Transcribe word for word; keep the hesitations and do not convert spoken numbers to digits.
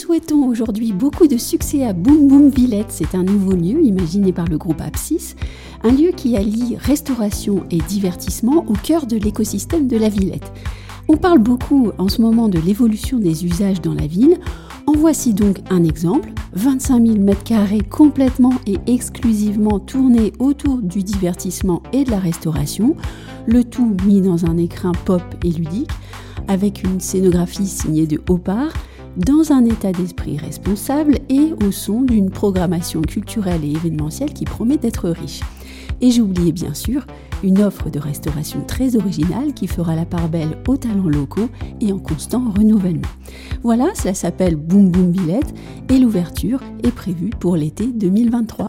souhaitons aujourd'hui beaucoup de succès à Boum Boum Villette. C'est un nouveau lieu imaginé par le groupe Apsis, un lieu qui allie restauration et divertissement au cœur de l'écosystème de la Villette. On parle beaucoup en ce moment de l'évolution des usages dans la ville. En voici donc un exemple, vingt-cinq mille mètres carrés complètement et exclusivement tournés autour du divertissement et de la restauration, le tout mis dans un écrin pop et ludique, avec une scénographie signée de Opar, dans un état d'esprit responsable et au son d'une programmation culturelle et événementielle qui promet d'être riche. Et j'ai oublié bien sûr une offre de restauration très originale qui fera la part belle aux talents locaux et en constant renouvellement. Voilà, cela s'appelle Boum Boum Villette et l'ouverture est prévue pour l'été deux mille vingt-trois.